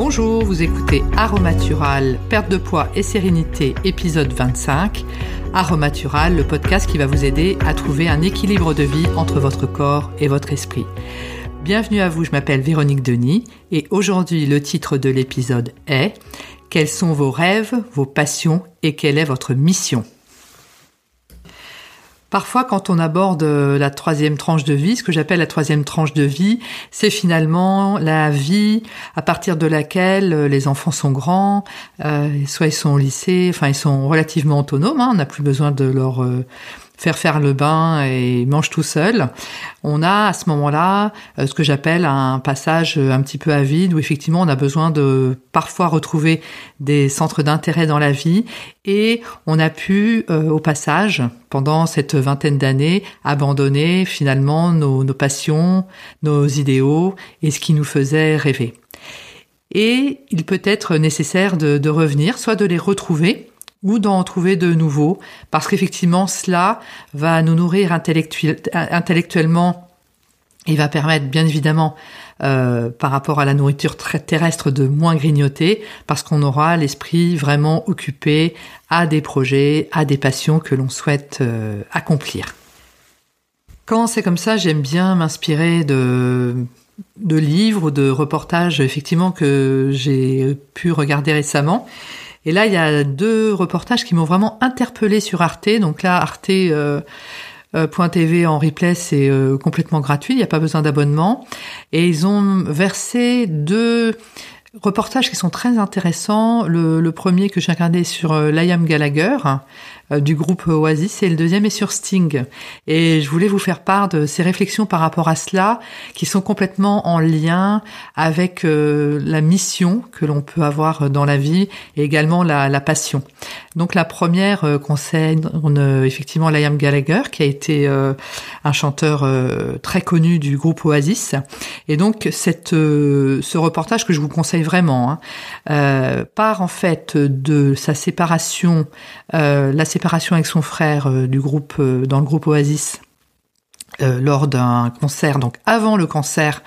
Bonjour, vous écoutez Aromatural, perte de poids et sérénité, épisode 25. Aromatural, le podcast qui va vous aider à trouver un équilibre de vie entre votre corps et votre esprit. Bienvenue à vous, je m'appelle Véronique Denis et aujourd'hui le titre de l'épisode est « Quels sont vos rêves, vos passions et quelle est votre mission ?» Parfois, quand on aborde la troisième tranche de vie, ce que j'appelle la troisième tranche de vie, c'est finalement la vie à partir de laquelle les enfants sont grands, soit ils sont au lycée, enfin ils sont relativement autonomes, on n'a plus besoin de leur faire le bain et ils mangent tout seuls. On a à ce moment-là ce que j'appelle un passage un petit peu à vide où effectivement on a besoin de parfois retrouver des centres d'intérêt dans la vie et on a pu au passage pendant cette vingtaine d'années abandonner finalement nos passions, nos idéaux et ce qui nous faisait rêver. Et il peut être nécessaire de revenir, soit de les retrouver ou d'en trouver de nouveaux, parce qu'effectivement, cela va nous nourrir intellectuellement et va permettre, bien évidemment, par rapport à la nourriture terrestre, de moins grignoter, parce qu'on aura l'esprit vraiment occupé à des projets, à des passions que l'on souhaite accomplir. Quand c'est comme ça, j'aime bien m'inspirer de livres ou de reportages, effectivement, que j'ai pu regarder récemment. Et là, il y a deux reportages qui m'ont vraiment interpellée sur Arte. Donc là, Arte.tv en replay, c'est complètement gratuit, il n'y a pas besoin d'abonnement. Et ils ont versé deux reportages qui sont très intéressants. Le premier que j'ai regardé sur Liam Gallagher, du groupe Oasis, et le deuxième est sur Sting. Et je voulais vous faire part de ces réflexions par rapport à cela, qui sont complètement en lien avec la mission que l'on peut avoir dans la vie et également la passion. Donc la première concerne effectivement Liam Gallagher, qui a été un chanteur très connu du groupe Oasis. Et donc ce reportage que je vous conseille vraiment part en fait de sa séparation, la séparation avec son frère du groupe dans le groupe Oasis lors d'un concert, donc avant le concert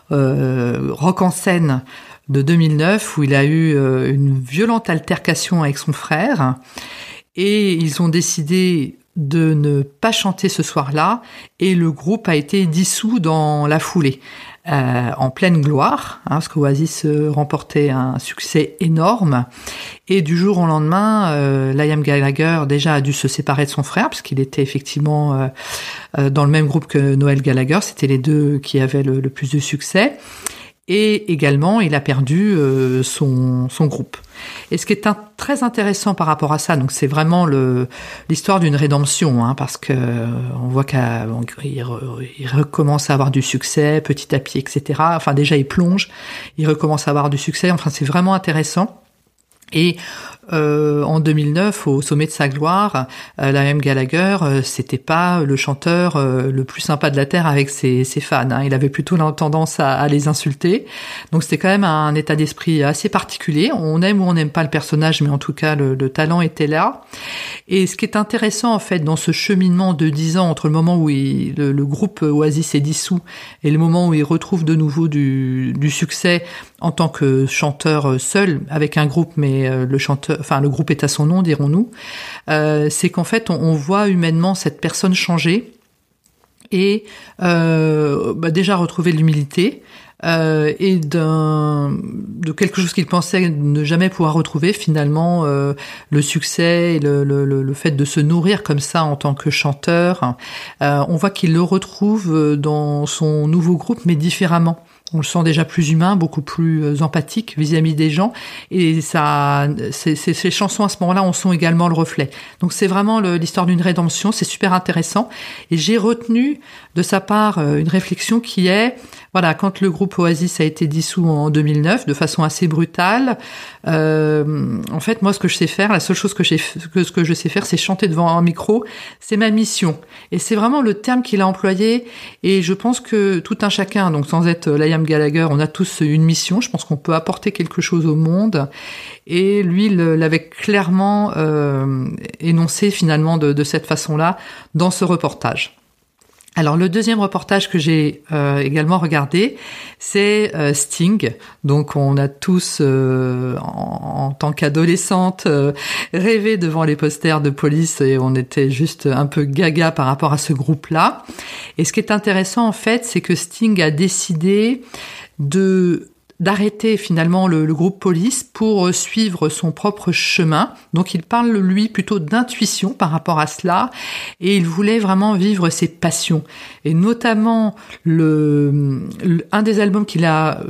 Rock en scène de 2009 où il a eu une violente altercation avec son frère et ils ont décidé de ne pas chanter ce soir-là et le groupe a été dissous dans la foulée. En pleine gloire, parce qu'Oasis remportait un succès énorme. Et du jour au lendemain, Liam Gallagher déjà a dû se séparer de son frère, parce qu'il était effectivement dans le même groupe que Noel Gallagher. C'était les deux qui avaient le plus de succès. Et également, il a perdu son groupe. Et ce qui est très intéressant par rapport à ça, donc c'est vraiment l'histoire d'une rédemption, parce que on voit qu'il recommence à avoir du succès petit à petit, etc. Enfin déjà il plonge, il recommence à avoir du succès. Enfin c'est vraiment intéressant. Et en 2009, au sommet de sa gloire, Liam Gallagher, c'était pas le chanteur le plus sympa de la terre avec ses fans. Il avait plutôt tendance à les insulter. Donc c'était quand même un état d'esprit assez particulier. On aime ou on n'aime pas le personnage, mais en tout cas le talent était là. Et ce qui est intéressant en fait dans ce cheminement de 10 ans entre le moment où le groupe Oasis est dissous et le moment où il retrouve de nouveau du succès en tant que chanteur seul avec un groupe, mais le groupe est à son nom, dirons-nous, c'est qu'en fait on voit humainement cette personne changer et déjà retrouver l'humilité et de quelque chose qu'il pensait ne jamais pouvoir retrouver, finalement le succès et le fait de se nourrir comme ça en tant que chanteur. On voit qu'il le retrouve dans son nouveau groupe, mais différemment. On le sent déjà plus humain, beaucoup plus empathique vis-à-vis des gens. Et ces chansons à ce moment-là en sont également le reflet. Donc c'est vraiment l'histoire d'une rédemption, c'est super intéressant. Et j'ai retenu de sa part une réflexion qui est, voilà, quand le groupe Oasis a été dissous en 2009, de façon assez brutale, en fait, moi, ce que je sais faire, la seule chose que je sais faire, c'est chanter devant un micro. C'est ma mission. Et c'est vraiment le terme qu'il a employé. Et je pense que tout un chacun, donc sans être Liam Gallagher, on a tous une mission. Je pense qu'on peut apporter quelque chose au monde. Et lui, l'avait clairement énoncé finalement de cette façon-là dans ce reportage. Alors le deuxième reportage que j'ai également regardé, c'est Sting. Donc on a tous, en tant qu'adolescente, rêvé devant les posters de Police et on était juste un peu gaga par rapport à ce groupe-là. Et ce qui est intéressant en fait, c'est que Sting a décidé d'arrêter finalement le groupe Police pour suivre son propre chemin. Donc il parle lui plutôt d'intuition par rapport à cela et il voulait vraiment vivre ses passions. Et notamment un des albums qu'il a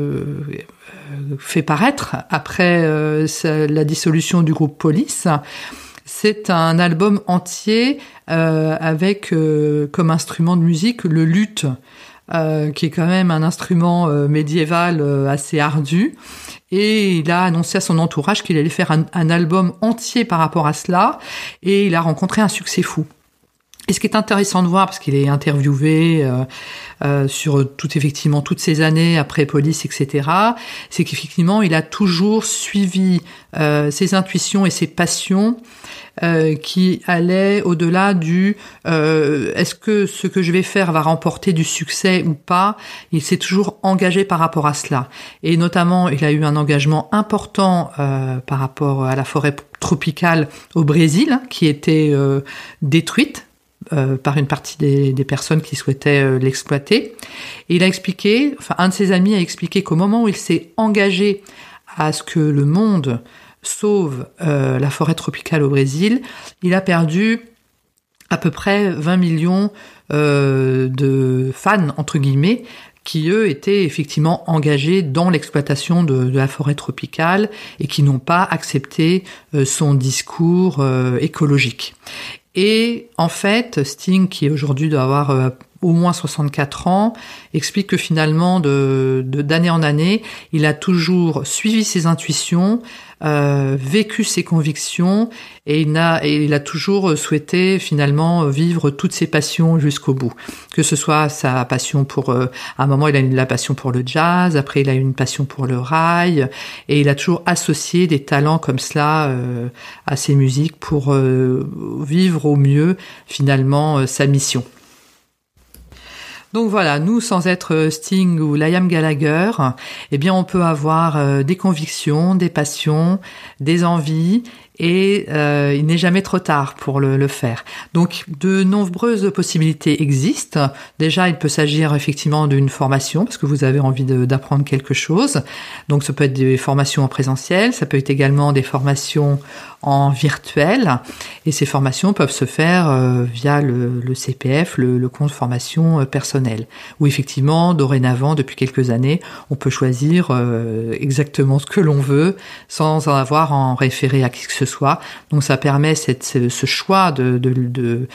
fait paraître après la dissolution du groupe Police, c'est un album entier avec comme instrument de musique le luth. Qui est quand même un instrument médiéval assez ardu. Et il a annoncé à son entourage qu'il allait faire un album entier par rapport à cela. Et il a rencontré un succès fou. Et ce qui est intéressant de voir, parce qu'il est interviewé sur toutes ces années après Police, etc., c'est qu'effectivement, il a toujours suivi ses intuitions et ses passions qui allaient au-delà du est-ce que ce que je vais faire va remporter du succès ou pas. Il s'est toujours engagé par rapport à cela. Et notamment, il a eu un engagement important par rapport à la forêt tropicale au Brésil, qui était détruite par une partie des personnes qui souhaitaient l'exploiter. Et il a expliqué, un de ses amis a expliqué qu'au moment où il s'est engagé à ce que le monde sauve la forêt tropicale au Brésil, il a perdu à peu près 20 millions de fans, entre guillemets, qui, eux, étaient effectivement engagés dans l'exploitation de la forêt tropicale et qui n'ont pas accepté son discours écologique. Et en fait, Sting, qui aujourd'hui doit avoir au moins 64 ans, explique que finalement, d'année en année, il a toujours suivi ses intuitions, vécu ses convictions, et il a toujours souhaité finalement vivre toutes ses passions jusqu'au bout. Que ce soit sa passion à un moment il a eu la passion pour le jazz, après il a eu une passion pour le rail, et il a toujours associé des talents comme cela à ses musiques pour vivre au mieux finalement sa mission. Donc voilà, nous, sans être Sting ou Liam Gallagher, eh bien, on peut avoir des convictions, des passions, des envies, et il n'est jamais trop tard pour le faire. Donc, de nombreuses possibilités existent. Déjà, il peut s'agir effectivement d'une formation, parce que vous avez envie d'apprendre quelque chose. Donc, ça peut être des formations en présentiel, ça peut être également des formations en virtuel, et ces formations peuvent se faire via le CPF, le compte formation personnel, où effectivement, dorénavant, depuis quelques années, on peut choisir exactement ce que l'on veut, sans en avoir en référé à qui que ce soit. Donc ça permet ce choix de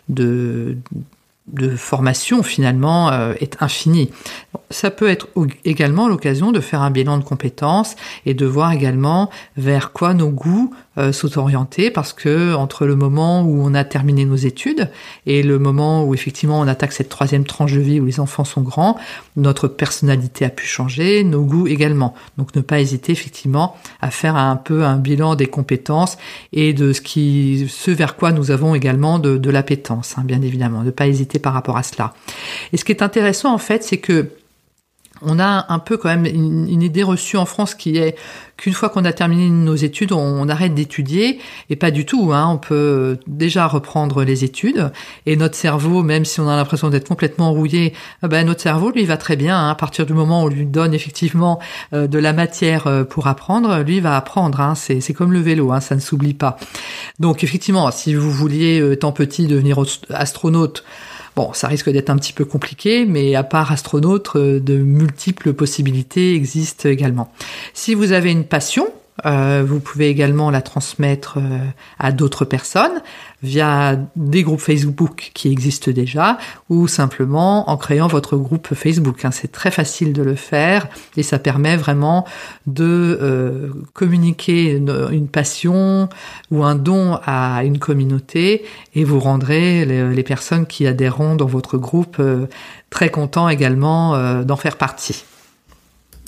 formation finalement est infini. Ça peut être également l'occasion de faire un bilan de compétences et de voir également vers quoi nos goûts sont orientés, parce que entre le moment où on a terminé nos études et le moment où effectivement on attaque cette troisième tranche de vie où les enfants sont grands, notre personnalité a pu changer, nos goûts également. Donc ne pas hésiter effectivement à faire un peu un bilan des compétences et de ce vers quoi nous avons également de l'appétence, bien évidemment. Ne pas hésiter par rapport à cela. Et ce qui est intéressant en fait, c'est que on a un peu quand même une idée reçue en France qui est qu'une fois qu'on a terminé nos études, on arrête d'étudier, et pas du tout. On peut déjà reprendre les études, et notre cerveau, même si on a l'impression d'être complètement rouillé, notre cerveau, lui, va très bien. À partir du moment où on lui donne effectivement de la matière pour apprendre, lui va apprendre. C'est comme le vélo, ça ne s'oublie pas. Donc effectivement, si vous vouliez, étant petit, devenir astronaute, bon, ça risque d'être un petit peu compliqué, mais à part astronaute, de multiples possibilités existent également. Si vous avez une passion, vous pouvez également la transmettre à d'autres personnes via des groupes Facebook qui existent déjà, ou simplement en créant votre groupe Facebook. C'est très facile de le faire et ça permet vraiment de communiquer une passion ou un don à une communauté, et vous rendrez les personnes qui adhéreront dans votre groupe très contents également d'en faire partie.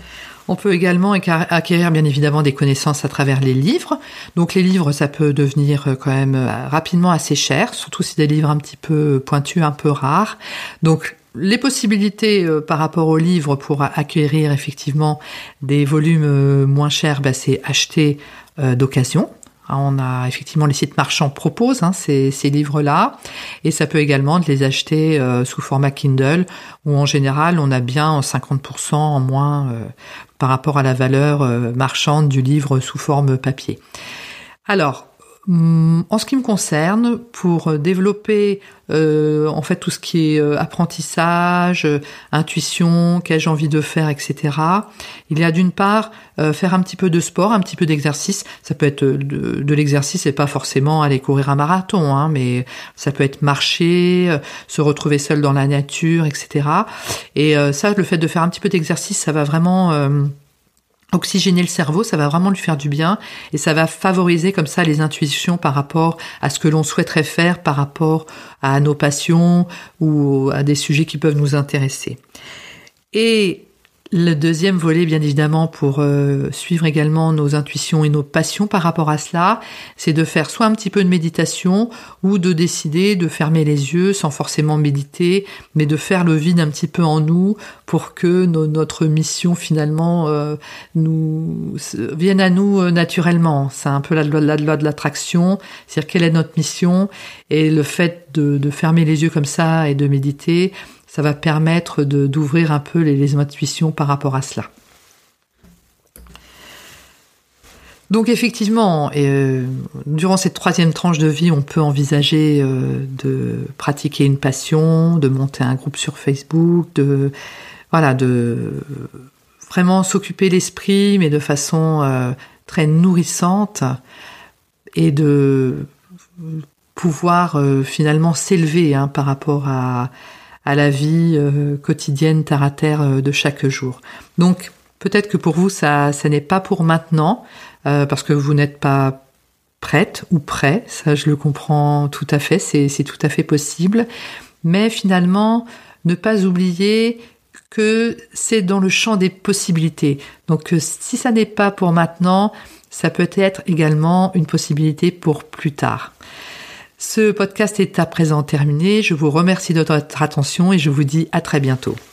On peut également acquérir bien évidemment des connaissances à travers les livres. Donc les livres, ça peut devenir quand même rapidement assez cher, surtout si des livres un petit peu pointus, un peu rares. Donc les possibilités par rapport aux livres pour acquérir effectivement des volumes moins chers, c'est acheter d'occasion. On a effectivement les sites marchands proposent ces livres-là, et ça peut également de les acheter sous format Kindle, où en général on a bien 50% en moins par rapport à la valeur marchande du livre sous forme papier. Alors, en ce qui me concerne, pour développer en fait tout ce qui est apprentissage, intuition, qu'ai-je envie de faire, etc. Il y a d'une part faire un petit peu de sport, un petit peu d'exercice. Ça peut être de l'exercice et pas forcément aller courir un marathon, mais ça peut être marcher, se retrouver seul dans la nature, etc. Et ça, le fait de faire un petit peu d'exercice, ça va vraiment oxygéner le cerveau, ça va vraiment lui faire du bien et ça va favoriser comme ça les intuitions par rapport à ce que l'on souhaiterait faire, par rapport à nos passions ou à des sujets qui peuvent nous intéresser. Et le deuxième volet, bien évidemment, pour suivre également nos intuitions et nos passions par rapport à cela, c'est de faire soit un petit peu de méditation ou de décider de fermer les yeux sans forcément méditer, mais de faire le vide un petit peu en nous pour que notre mission finalement nous vienne à nous naturellement. C'est un peu la loi de l'attraction, c'est-à-dire quelle est notre mission, et le fait de fermer les yeux comme ça et de méditer, ça va permettre d'ouvrir un peu les intuitions par rapport à cela. Donc effectivement, durant cette troisième tranche de vie, on peut envisager de pratiquer une passion, de monter un groupe sur Facebook, de vraiment s'occuper l'esprit, mais de façon très nourrissante, et de pouvoir finalement s'élever par rapport à la vie quotidienne, terre à terre de chaque jour. Donc peut-être que pour vous ça n'est pas pour maintenant, parce que vous n'êtes pas prête ou prêt, ça je le comprends tout à fait, c'est tout à fait possible, mais finalement ne pas oublier que c'est dans le champ des possibilités. Donc si ça n'est pas pour maintenant, ça peut être également une possibilité pour plus tard. Ce podcast est à présent terminé. Je vous remercie de votre attention et je vous dis à très bientôt.